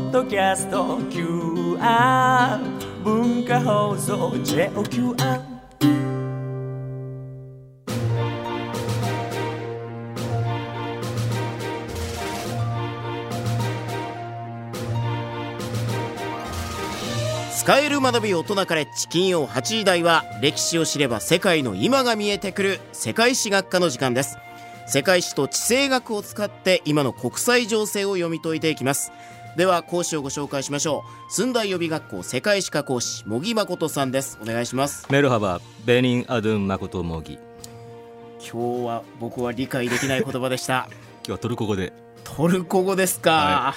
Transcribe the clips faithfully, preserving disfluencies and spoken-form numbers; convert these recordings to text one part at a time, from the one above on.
ッドキャスト キューアール 文化放送 ジェイオーキューアール。 使える学び大人カレッジ、金曜はちじ台は歴史を知れば世界の今が見えてくる世界史学科の時間です。世界史と地政学を使って今の国際情勢を読み解いていきます。では講師をご紹介しましょう。駿台予備学校世界史科講師茂木誠さんです。お願いします。 メルハバベニンアドゥン誠茂木。 今日は僕は理解できない言葉でした今日はトルコ語で。 トルコ語ですか、はい、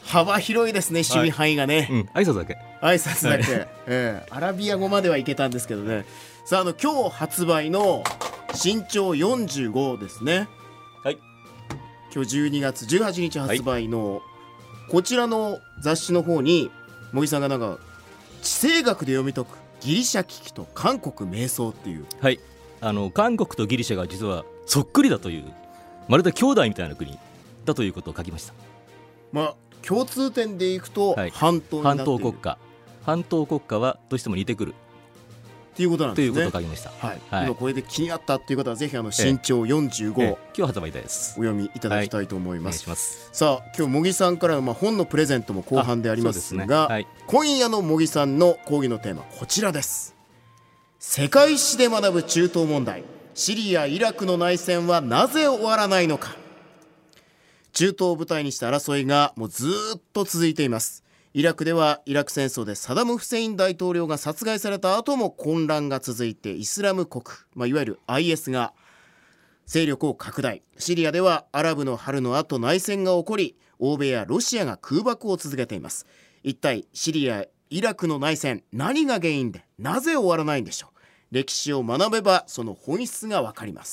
幅広いですね、守備範囲がね、 はい、うん、挨拶だけ挨拶だけ、はい、えー、アラビア語まではいけたんですけどね。さあ、あの今日発売の新潮よんじゅうごですね。 はい、 今日じゅうにがつじゅうはちにち発売の、はい、こちらの雑誌の方に茂木さんがなんか地政学で読み解くギリシャ危機と韓国迷走っていう、 はい、あの韓国とギリシャが実はそっくりだという、まるで兄弟みたいな国だということを書きました。 まあ共通点でいくと、はい、半島になっている、 半島国家半島国家はどうしても似てくるっていうことなんですね。 ということを書きました。 はいはい、今これで気になったという方はぜひあの新潮よんじゅうご、ええええ、 今日発売です。 お読みいただきたいと思います。 はい、お願いします。 さあ、今日茂木さんからのまあ本のプレゼントも後半でありますが、 ね、はい、 今夜の茂木さんの講義のテーマこちらです。世界史で学ぶ中東問題、シリア・イラクの内戦はなぜ終わらないのか。中東を舞台にした争いがもうずっと続いています。イラクではイラク戦争でサダム・フセイン大統領が殺害された後も混乱が続いて、イスラム国、まあ、いわゆる アイエス が勢力を拡大。シリアではアラブの春の後内戦が起こり、欧米やロシアが空爆を続けています。一体シリア・イラクの内戦、何が原因でなぜ終わらないんでしょう。歴史を学べばその本質がわかります。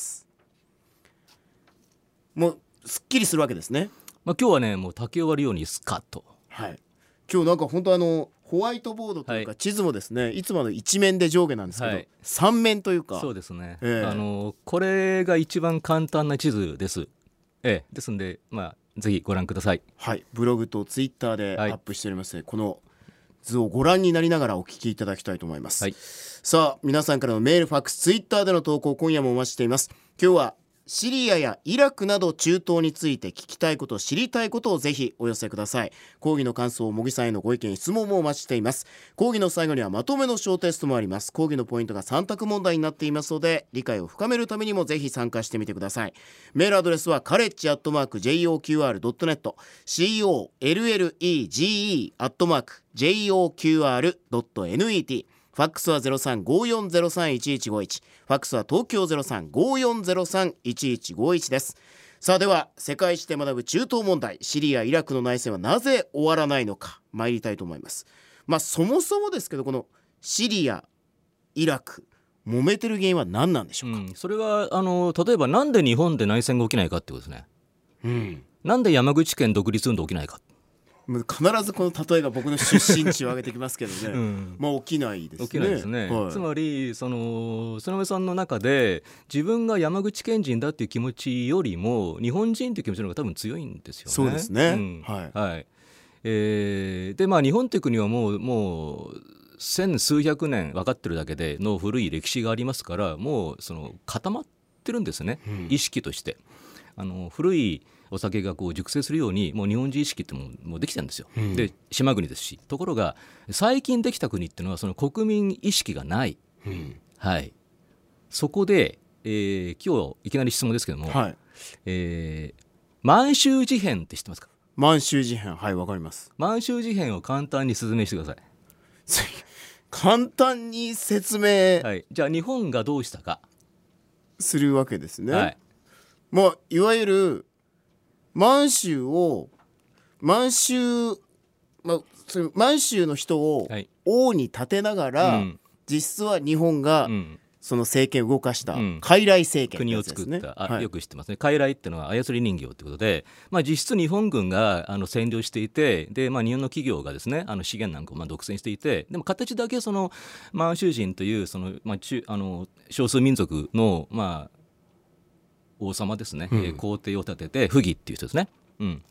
もうすっきりするわけですね。 まあ、今日はねもう竹を割るようにスカッと、 はい、今日なんか本当あのホワイトボードというか地図もですね、はい、いつもの一面で上下なんですけど、はい、三面というか。 そうですね、 えー、 あのこれが一番簡単な地図です、えー、ですんで、まあ、ぜひご覧ください。 はい、ブログとツイッターでアップしております、ね、はい、この図をご覧になりながらお聞きいただきたいと思います、はい、さあ皆さんからのメール、ファックス、ツイッターでの投稿、今夜もお待ちしています。今日はシリアやイラクなど中東について聞きたいこと、知りたいことをぜひお寄せください。講義の感想、茂木さんへのご意見、質問もお待ちしています。講義の最後にはまとめの小テストもあります。講義のポイントがさん択問題になっていますので、理解を深めるためにもぜひ参加してみてください。メールアドレスはカレッジアットマーク ジェイオーキューアールドットネット コレッジアットマーク ジェイオーキューアールドットネット、ファックスは ゼロさん ごーよんゼロさん いちいちごいち、ファックスは東京 ゼロさん ごーよんゼロさん いちいちごいち です。さあ、では世界史で学ぶ中東問題、シリア・イラクの内戦はなぜ終わらないのか参りたいと思います。まあそもそもですけど、このシリア・イラク揉めてる原因は何なんでしょうか。うん、 それはあの例えばなんで日本で内戦が起きないかってことですね、うん、なんで山口県独立運動起きないか。 必ずこの例えが僕の出身地を挙げてきますけどね、うん、まあ起きないですね。 起きないですね、はい、つまりその曽根さんの中で自分が山口県人だっていう気持ちよりも日本人という気持ちの方が多分強いんですよね。 そうですね、 うん、はい、はい、えー、でまあ日本という国はもうもう千数百年分かってるだけでの古い歴史がありますから、もうその固まってるんですね、うん、意識として。あの古いお酒がこう熟成するようにもう日本人意識ってもう、もうできたんですよ、うん、で島国ですし。ところが最近できた国っていうのはその国民意識がない、うん、はい、そこで、えー、今日いきなり質問ですけども、はい、えー、満州事変って知ってますか。 満州事変、はい、わかります。 満州事変を簡単に説明してください簡単に説明、 はい、じゃあ日本がどうしたかするわけですね、 はい、 まあ、いわゆる満州を満州、まあ、それ満州の人を王に立てながら、はい、うん、実質は日本がその政権を動かした傀儡政権、 国を作った、あ、はい、よく知ってますね。傀儡ってのは操り人形ってことで、まあ、実質日本軍があの占領していて、で、まあ、日本の企業がですねあの資源なんかをまあ独占していて、でも形だけその満州人というその、まあ、中あの少数民族の、まあ、王様ですね、うん、えー、皇帝を立てて溥儀っていう人ですね、うん、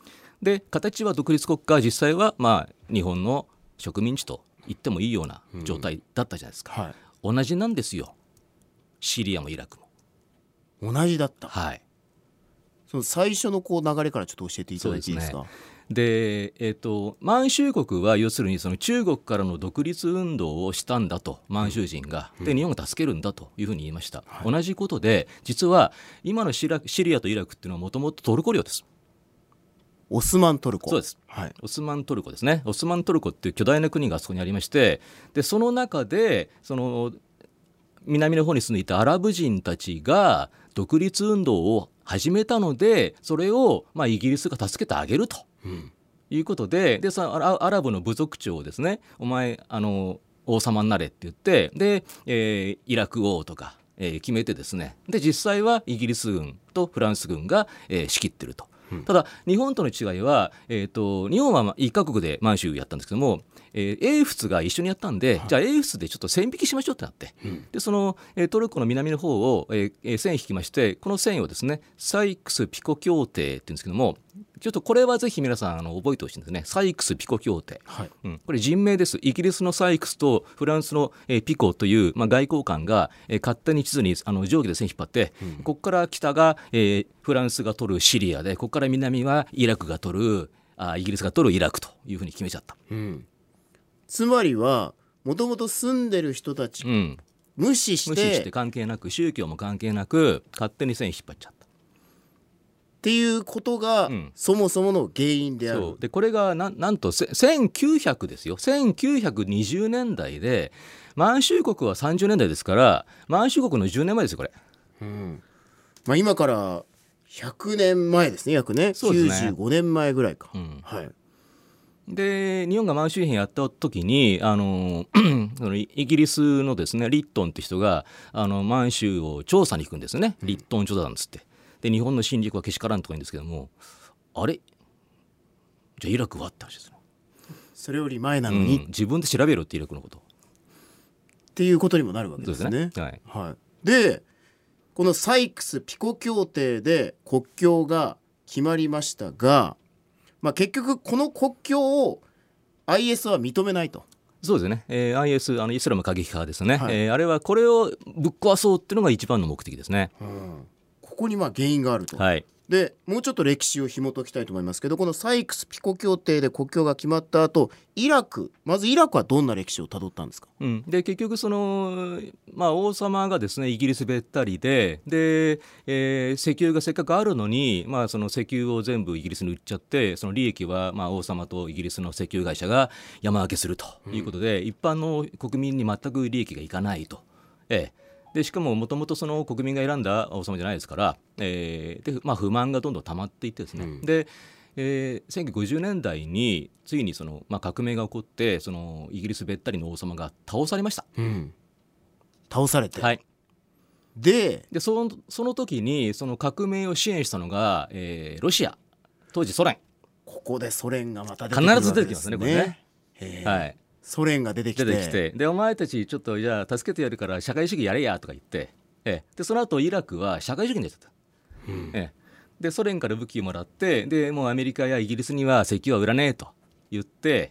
で形は独立国家、実際はまあ日本の植民地と言ってもいいような状態だったじゃないですか、 はい、 同じなんですよ、シリアもイラクも同じだった。 はい。 その最初のこう流れからちょっと教えていただいていいですか。 で、えー、と満州国は要するにその中国からの独立運動をしたんだと、満州人が、うん、で日本が助けるんだというふうに言いました、はい、同じことで実は今のシラシリアとイラクっていうのはもともとトルコ領です。 オスマントルコ。 そうです、 はい、 オスマントルコですね。オスマントルコっていう巨大な国があそこにありまして、でその中でその南の方に住んでいたアラブ人たちが独立運動を始めたので、それをまあイギリスが助けてあげると、うん、いうことで、でさアラブの部族長をですね、お前あの王様になれって言って、で、えー、イラク王とか、えー、決めてですね、で実際はイギリス軍とフランス軍が、えー、仕切ってると。ただ日本との違いは、えー、と日本はいっカ国で満州やったんですけども、えー、英仏が一緒にやったんで、はい、じゃあ英仏でちょっと線引きしましょうってなって、うん、でその、えー、トルコの南の方を、えー、線引きまして、この線をですねサイクス・ピコ協定って言うんですけども、ちょっとこれはぜひ皆さんあの覚えてほしいんですね。サイクス・ピコ協定、はい、うん、これ人名です。イギリスのサイクスとフランスの、えー、ピコという、まあ、外交官が、えー、勝手に地図にあの定規で線引っ張って、うん、ここから北が、えー、フランスが取るシリアで、ここから南はイラクが取るあイギリスが取るイラクというふうに決めちゃった、 うん、つまりはもともと住んでる人たち、うん、無視して無視して関係なく、宗教も関係なく勝手に線引っ張っちゃったっていうことが、うん、そもそもの原因である。 そうで、これが な, なんとせんきゅうひゃくですよ、せんきゅうひゃくにじゅうねんだいで、満州国はさんじゅうねんだいですから、満州国のじゅうねんまえですよこれ、 うん、まあ、今からひゃくねんまえですね、約ね。そうですね、きゅうじゅうごねんまえぐらいか、うん、はい。 で日本が満州編やった時にあのそのイギリスのですねリットンって人があの満州を調査に行くんですね、うん、リットン調査なんつって。で日本の侵略はけしからんとか言うんですけども、あれじゃあイラクはって話ですね。 それより前なのに、 うん、自分で調べろってイラクのことっていうことにもなるわけですね。 そうですね、はいはい、でこのサイクス・ピコ協定で国境が決まりましたが、まあ、結局この国境を アイエス は認めないと。 そうですね、えー、アイエス あのイスラム過激派ですね、はい、えー、あれはこれをぶっ壊そうっていうのが一番の目的ですね、 うん、ここにまあ原因があると、 はい、 でもうちょっと歴史を紐解きたいと思いますけど、このサイクス・ピコ協定で国境が決まった後、イラク、まずイラクはどんな歴史をたどったんですか。 うん、で結局その、まあ、王様がですねイギリスべったりで、で、えー、石油がせっかくあるのに、まあ、その石油を全部イギリスに売っちゃって、その利益はまあ王様とイギリスの石油会社が山分けするということで、うん、一般の国民に全く利益がいかないと、えーでしかももともとその国民が選んだ王様じゃないですから、えーでまあ、不満がどんどん溜まっていってですね、うん、で、えー、せんきゅうひゃくごじゅうねんだいについにその、まあ、革命が起こって、そのイギリスべったりの王様が倒されました、 うん、倒されて、 はい、 でで そ, のその時にその革命を支援したのが、えー、ロシア、当時ソ連。 ここでソ連がまた出てくるわけですね。 必ず出てきますねこれね、 へー、はい、ソ連が出てきて出てきてでお前たちちょっとじゃあ助けてやるから社会主義やれやとか言って、えでその後イラクは社会主義になっちゃった、うん、えでソ連から武器をもらって、でもうアメリカやイギリスには石油は売らねえと言って、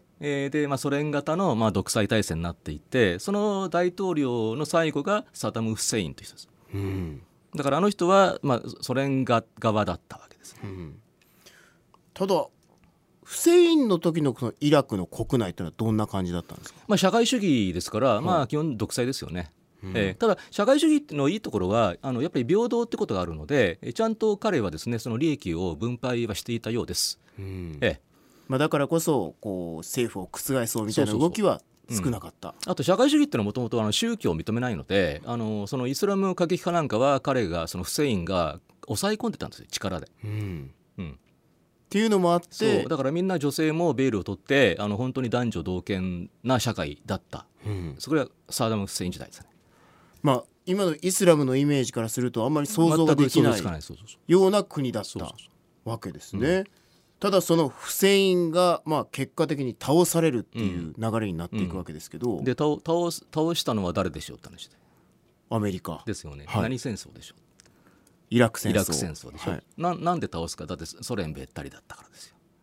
えでまあ、ソ連型のまあ独裁体制になっていって、その大統領の最後がサダム・フセインという人です、うん、だからあの人はまあソ連側だったわけです、うん、 ただフセインの時のこのイラクの国内というのはどんな感じだったんですか。 まあ、社会主義ですから、はい、まあ、基本独裁ですよね、うん、えー、ただ社会主義のいいところはあのやっぱり平等ってことがあるので、ちゃんと彼はですねその利益を分配はしていたようです、うん、えーまあ、だからこそこう政府を覆そうみたいな動きは少なかった。 そうそうそう、うん、あと社会主義ってのはもともと宗教を認めないので、あのそのイスラム過激派なんかは彼がそのフセインが抑え込んでたんですよ、力で、うんうん、 っていうのもあって、 そうだからみんな女性もベールを取ってあの本当に男女同権な社会だった、うん、それはサダム・フセイン時代ですね。 まあ今のイスラムのイメージからするとあんまり想像ができないような国だったわけですね、うん、ただそのフセインがまあ結果的に倒されるっていう流れになっていくわけですけど、うんうん、 で 倒, 倒, 倒したのは誰でしょうって話で、 アメリカですよね、はい、何戦争でしょう。 イラク戦争。 イラク戦争でしょ、はい、な, なんで倒すか、だってソ連べったりだったからですよ。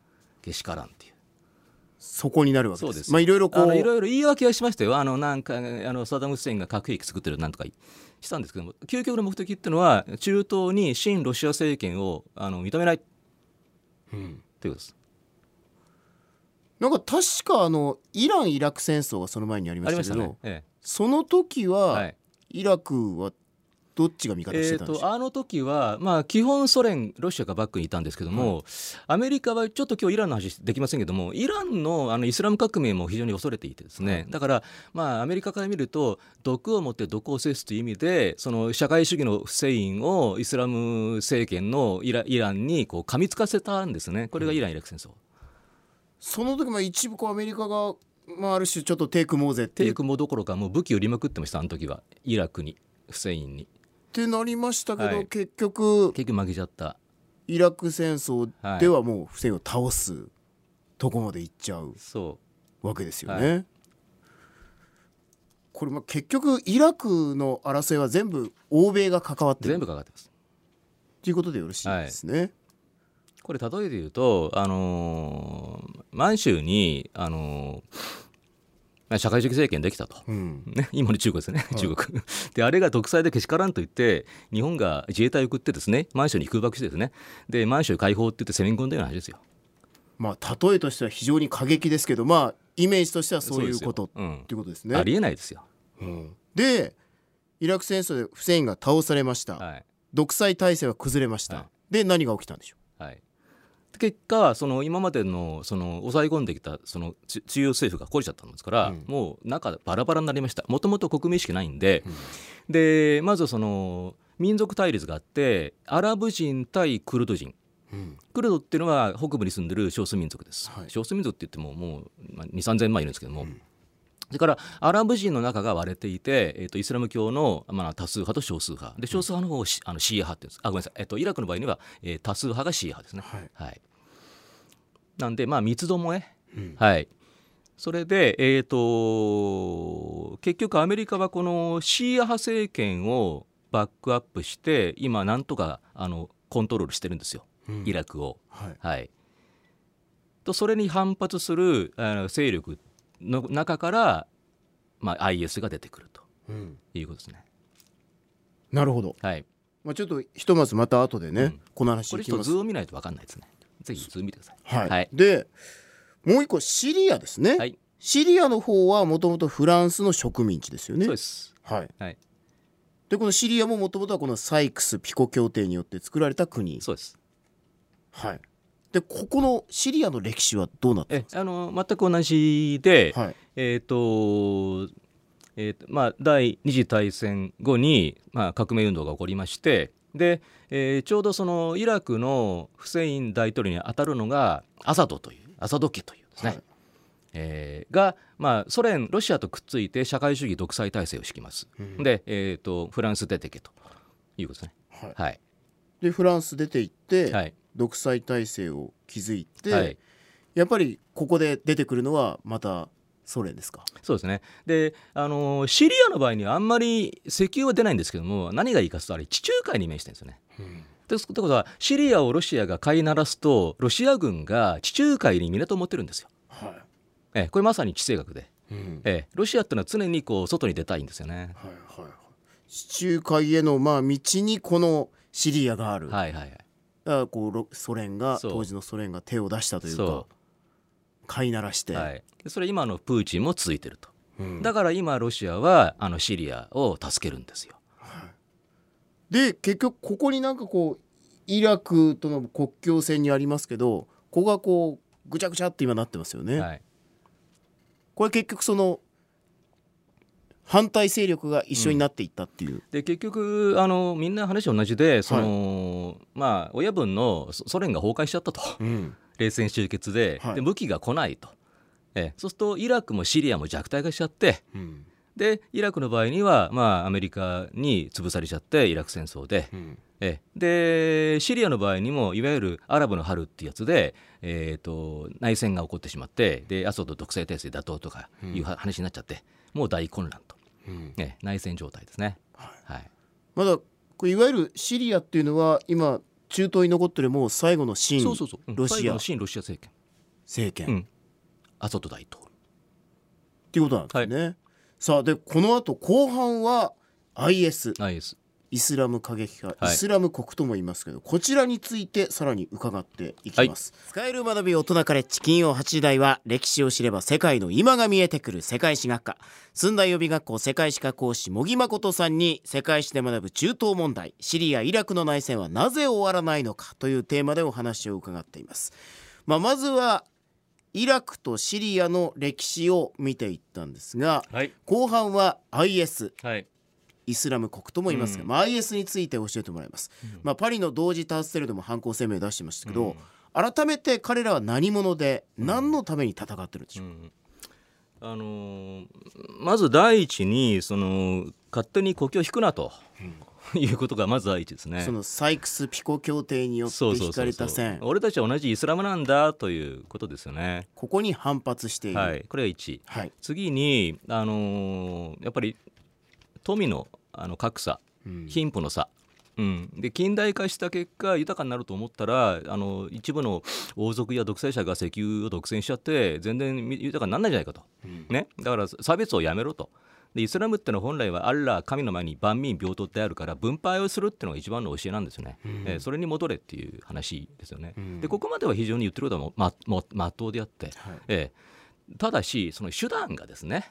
けしからんっていう。 そこになるわけです。 そうです。 まあいろいろこうあのいろいろ言い訳はしましたよ。あのなんかあのサダム・フセインが核兵器作ってるなんとかしたんですけども、究極の目的っていうのは中東に親ロシア政権をあの認めない、うん、ということです。 なんか確かあのイラン・イラク戦争がその前にありましたけど、ねええ、その時は、はい、イラクはどっちが味方してたんでしょう。 えーとあの時は、まあ、基本ソ連ロシアがバックにいたんですけども、はい、アメリカはちょっと今日イランの話できませんけども、イラン の, あのイスラム革命も非常に恐れていてですね、はい、だから、まあ、アメリカから見ると毒を持って毒を制すという意味でその社会主義のフセインをイスラム政権のイ ラ, イランにこう噛みつかせたんですね。これがイラン・イラク戦争、うん、 その時、まあ、一部こうアメリカが、まあ、ある種ちょっと手組もうぜっていう手組もうどころかもう武器を売りまくってました。あの時はイラクにフセインにってなりましたけど、 はい、 結局結局負けちゃった。 イラク戦争ではもうフセインを倒すとこまでいっちゃうわけですよね、はい、これまあ結局イラクの争いは全部欧米が関わってる全部関わってますということでよろしいですね、はい、 これ例えて言うと、あのー、満州に、あのー社会主義政権できたと、うんね、今の中国ですね、はい、中国であれが独裁でけしからんと言って日本が自衛隊を送ってですね満州に空爆してですねで満州解放って言って攻め込んだような話ですよ。 まあ例えとしては非常に過激ですけど、まあイメージとしてはそういうことっていうことですね。 ありえないですよ、 うん、でイラク戦争でフセインが倒されました、はい、独裁体制は崩れました、はい、で何が起きたんでしょう。はい、 結果その今まで の, その抑え込んできたその中央政府が壊れちゃったんですから、うん、もう中バラバラになりました。もともと国民意識ないんで、うん、でまずその民族対立があってアラブ人対クルド人、うん、クルドっていうのは北部に住んでる少数民族です、はい、少数民族って言ってももうにせんさんぜんまんいるんですけども、うん、それからアラブ人の中が割れていて、えー、とイスラム教の、まあ、多数派と少数派で少数派の方をシ、あのシーア派って言うんです。あごめんなさい、えー、とイラクの場合には、えー、多数派がシーア派ですね、はいはい、なんでまあ三つどもえ、うん、はい、それで、えー、と結局アメリカはこのシーア派政権をバックアップして今なんとかあのコントロールしてるんですよ、うん、イラクを、はいはい、とそれに反発するあの勢力の中から、まあ、アイエス が出てくるということですね、 うん、なるほど、はい、まあ、ちょっとひとまずまた後でね、うん、この話これちょっと図を見ないと分かんないですね。ぜひ図見てください、 はいはい、でもう一個シリアですね、はい、シリアの方はもともとフランスの植民地ですよね。 そうです、 はいはい、でこのシリアももともとはこのサイクス・ピコ協定によって作られた国。 そうです、 はい、でここのシリアの歴史はどうなってますか。 えあの全く同じで、はい、えーとえーとまあ、第二次大戦後に、まあ、革命運動が起こりましてで、えー、ちょうどそのイラクのフセイン大統領に当たるのがアサドというアサド家というですね、はい、えー、が、まあ、ソ連ロシアとくっついて社会主義独裁体制を敷きます、うん、で、えーと、フランス出てけということですね、はいはい、 でフランス出て行って、はい、独裁体制を築いて、はい、やっぱりここで出てくるのはまたソ連ですか。 そうですね。で、あのシリアの場合にはあんまり石油は出ないんですけども何がいいかというとあれ地中海に面してるんですよね、うん、ということはシリアをロシアが飼いならすとロシア軍が地中海に港を持ってるんですよ、はい、えこれまさに地政学で、うん、えロシアってのは常にこう外に出たいんですよね、はいはい、 地中海へのまあ道にこのシリアがある、はいはいはい、だからこうソ連が当時のソ連が手を出したというか飼いならして、 はい、それ今のプーチンもついてると、うん、だから今ロシアはあのシリアを助けるんですよ、 はい、で結局ここになんかこうイラクとの国境線にありますけどここがこうぐちゃぐちゃって今なってますよね、はい、これ結局その反対勢力が一緒になっていったっていう、うん、 で結局あのみんな話同じでその、はい、まあ親分のソ連が崩壊しちゃったと、うん、冷戦終結 で,、はい、で武器が来ないと、えそうするとイラクもシリアも弱体化しちゃって、うん、でイラクの場合には、まあ、アメリカに潰されちゃってイラク戦争で、うん、えでシリアの場合にもいわゆるアラブの春っていうやつで、えー、と内戦が起こってしまってでアサド独裁体制打倒とかいう話になっちゃって、うん、もう大混乱と、うんね、内戦状態ですね、はいはい、 まだこれいわゆるシリアっていうのは今中東に残ってるもう最後の新ロシア、 そうそうそう、うん、最後の新ロシア政権政権、 うん、アサド大統領っていうことなんですね、はい、さあでこの後後半は アイエス、 アイエスイスラム過激派、 はい、 イスラム国とも言いますけど、こちらについてさらに伺っていきます、はい、使える学び大人カレッジ金曜はちじ台は、歴史を知れば世界の今が見えてくる世界史学科駿台予備学校世界史科講師茂木誠さんに、世界史で学ぶ中東問題、シリア・イラクの内戦はなぜ終わらないのかというテーマでお話を伺っています。まあ、まずはイラクとシリアの歴史を見ていったんですが、はい、後半は アイエス、はい、イスラム国とも言いますが、うん、まあ、アイエス について教えてもらいます、うんまあ、パリの同時多発テロでも犯行声明を出してましたけど、うん、改めて彼らは何者で何のために戦ってるんでしょう、うんうんあのー、まず第一にその勝手に国境を引くなと、うん、いうことがまず第一ですね。 そのサイクス・ピコ協定によって引かれた線、そうそうそうそう、 俺たちは同じイスラムなんだということですよね。 ここに反発している、 はい、これがいち、はい、次に、あのー、やっぱり富のあの格差、貧富の差、うん、で近代化した結果豊かになると思ったら、あの一部の王族や独裁者が石油を独占しちゃって全然豊かにならないじゃないかと、うんね、だから差別をやめろと。でイスラムってのは本来はアッラー神の前に万民平等ってあるから分配をするっていうのが一番の教えなんですよね、うんえー、それに戻れっていう話ですよね、うん、でここまでは非常に言ってることはまままっとうであって、はいえー、ただしその手段がですね、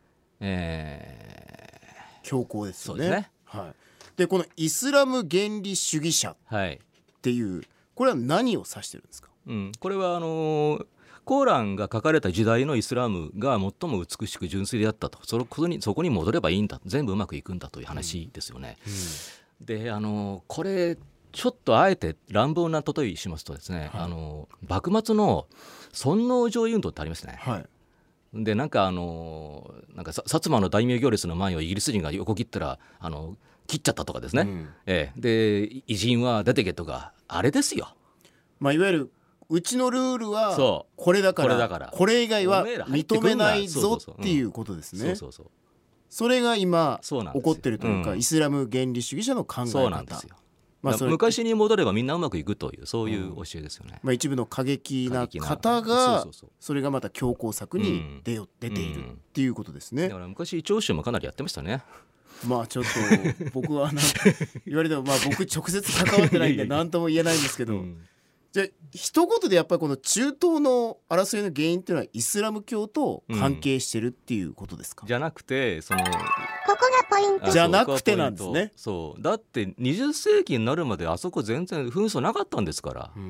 えー強硬ですよね。 そうですね、 はい、でこのイスラム原理主義者っていう、はい、これは何を指してるんですか。 うん、これはあのー、コーランが書かれた時代のイスラムが最も美しく純粋であったと、そこに、そこに戻ればいいんだ、全部うまくいくんだという話ですよね、うんうん、であのー、これちょっとあえて乱暴な例えしますとですね、はい、あのー、幕末の尊王攘夷運動ってありますね、はいでなんかあのなんか薩摩の大名行列の前をイギリス人が横切ったらあの切っちゃったとかですね、うんええ、で偉人は出てけとかあれですよ、 まあ、いわゆるうちのルールはこれだから、 これだからこれ以外は認めないぞっていうことですね。それが今起こってるというか、うん、イスラム原理主義者の考え方。 そうなんですよ。まあ、昔に戻ればみんなうまくいくというそういう教えですよね、 うんまあ、一部の過激な方がそれがまた強硬策に出よ、うん、出ているっていうことですね。 だから昔長州もかなりやってましたね。 まあちょっと僕はなん言われてもまあ僕直接関わってないんで何とも言えないんですけど、うんじゃあ一言でやっぱりこの中東の争いの原因っていうのはイスラム教と関係してるっていうことですか、 うん、じゃなくてそのここがポイントじゃなくてなんですね。 そうだってにじゅっ世紀になるまであそこ全然紛争なかったんですから、うん、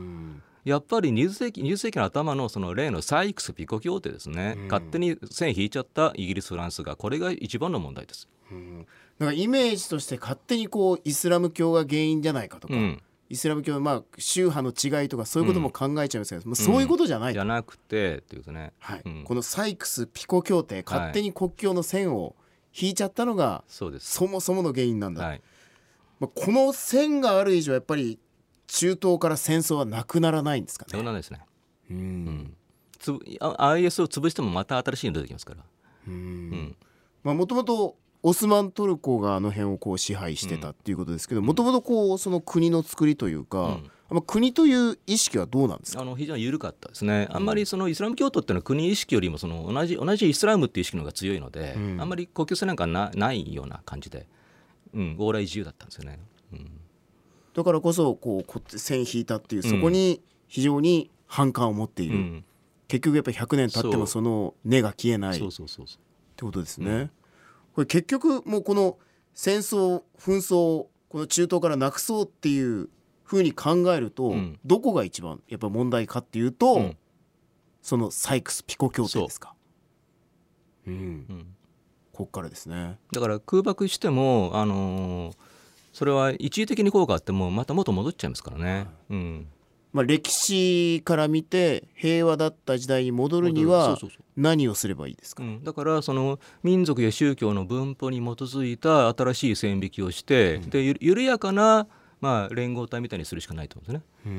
やっぱりにじゅっ世紀、にじゅっ世紀の頭のその例のサイクス・ピコ協定ですね、うん、勝手に線引いちゃったイギリス・フランスがこれが一番の問題です、 うん、だからイメージとして勝手にこうイスラム教が原因じゃないかとか、うんイスラム教のまあ宗派の違いとかそういうことも考えちゃうんですけど、うん、もうそういうことじゃない、うん、 じゃなくてっていうとね、 はいうん、このサイクス・ピコ協定勝手に国境の線を引いちゃったのが、はい、そうです。そもそもの原因なんだ、はいまあ、この線がある以上やっぱり中東から戦争はなくならないんですかね。 そうなんですね、うんうん、つ アイエス を潰してもまた新しいの出てきますからもともとオスマントルコがあの辺をこう支配してたっていうことですけどもともとこうその国の作りというか、うん、国という意識はどうなんですか。 あの非常に緩かったですね。あんまりそのイスラム教徒っていうのは国意識よりもその同じ同じイスラムっていう意識の方が強いので、うん、あんまり国境線なんか な, ないような感じで、うん、往来自由だったんですよね、うん、 だからこそこう線引いたっていうそこに非常に反感を持っている、うん、結局やっぱりひゃくねん経ってもその根が消えないってことですね、うんこれ結局もうこの戦争紛争この中東からなくそうっていうふうに考えると、うん、どこが一番やっぱ問題かっていうと、うん、そのサイクス・ピコ協定ですか。う、うんうん、こっからですね。 だから空爆しても、あのー、それは一時的に効果あってもまた元戻っちゃいますからね、はいうんまあ、歴史から見て平和だった時代に戻るには何をすればいいですか。 うん、だからその民族や宗教の分布に基づいた新しい線引きをして、うん、で緩やかな、まあ、連合体みたいにするしかないと思うんですね、うんうん、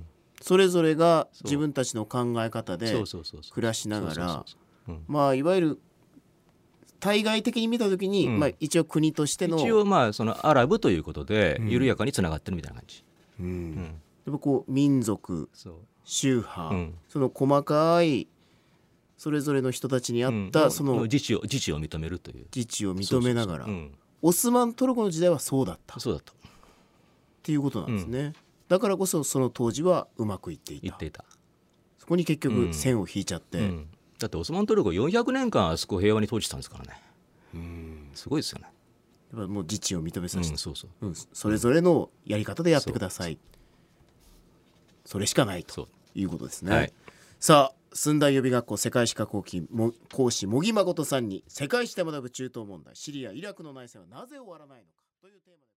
それぞれが自分たちの考え方で暮らしながらまあいわゆる対外的に見たときに、うんまあ、一応国としての一応まあそのアラブということで緩やかにつながってるみたいな感じ、うんうんやっぱこう民族そう宗派、 うんその細かいそれぞれの人たちにあっうんたその自治を自治を認めるという自治を認めながら、 そうそうそううんオスマントルコの時代はそうだったっそうだとていうことなんですね、だからこそその当時はうまくいっていた。 言っていた、 そこに結うん局線を引いちゃって、 うんだってオスマントルコよんひゃくねんかんあそこ平和に統治したんですからね。すごいですよね。 やっぱもう自治を認めさせて、 うん、そうそううんそれぞれのやり方でやってください、それしかないとそういうことですね、 はいさあ駿台予備学校世界史科講師も講師茂木誠さんに世界史で学ぶ中東問題シリア・イラクの内戦はなぜ終わらないのかというテーマで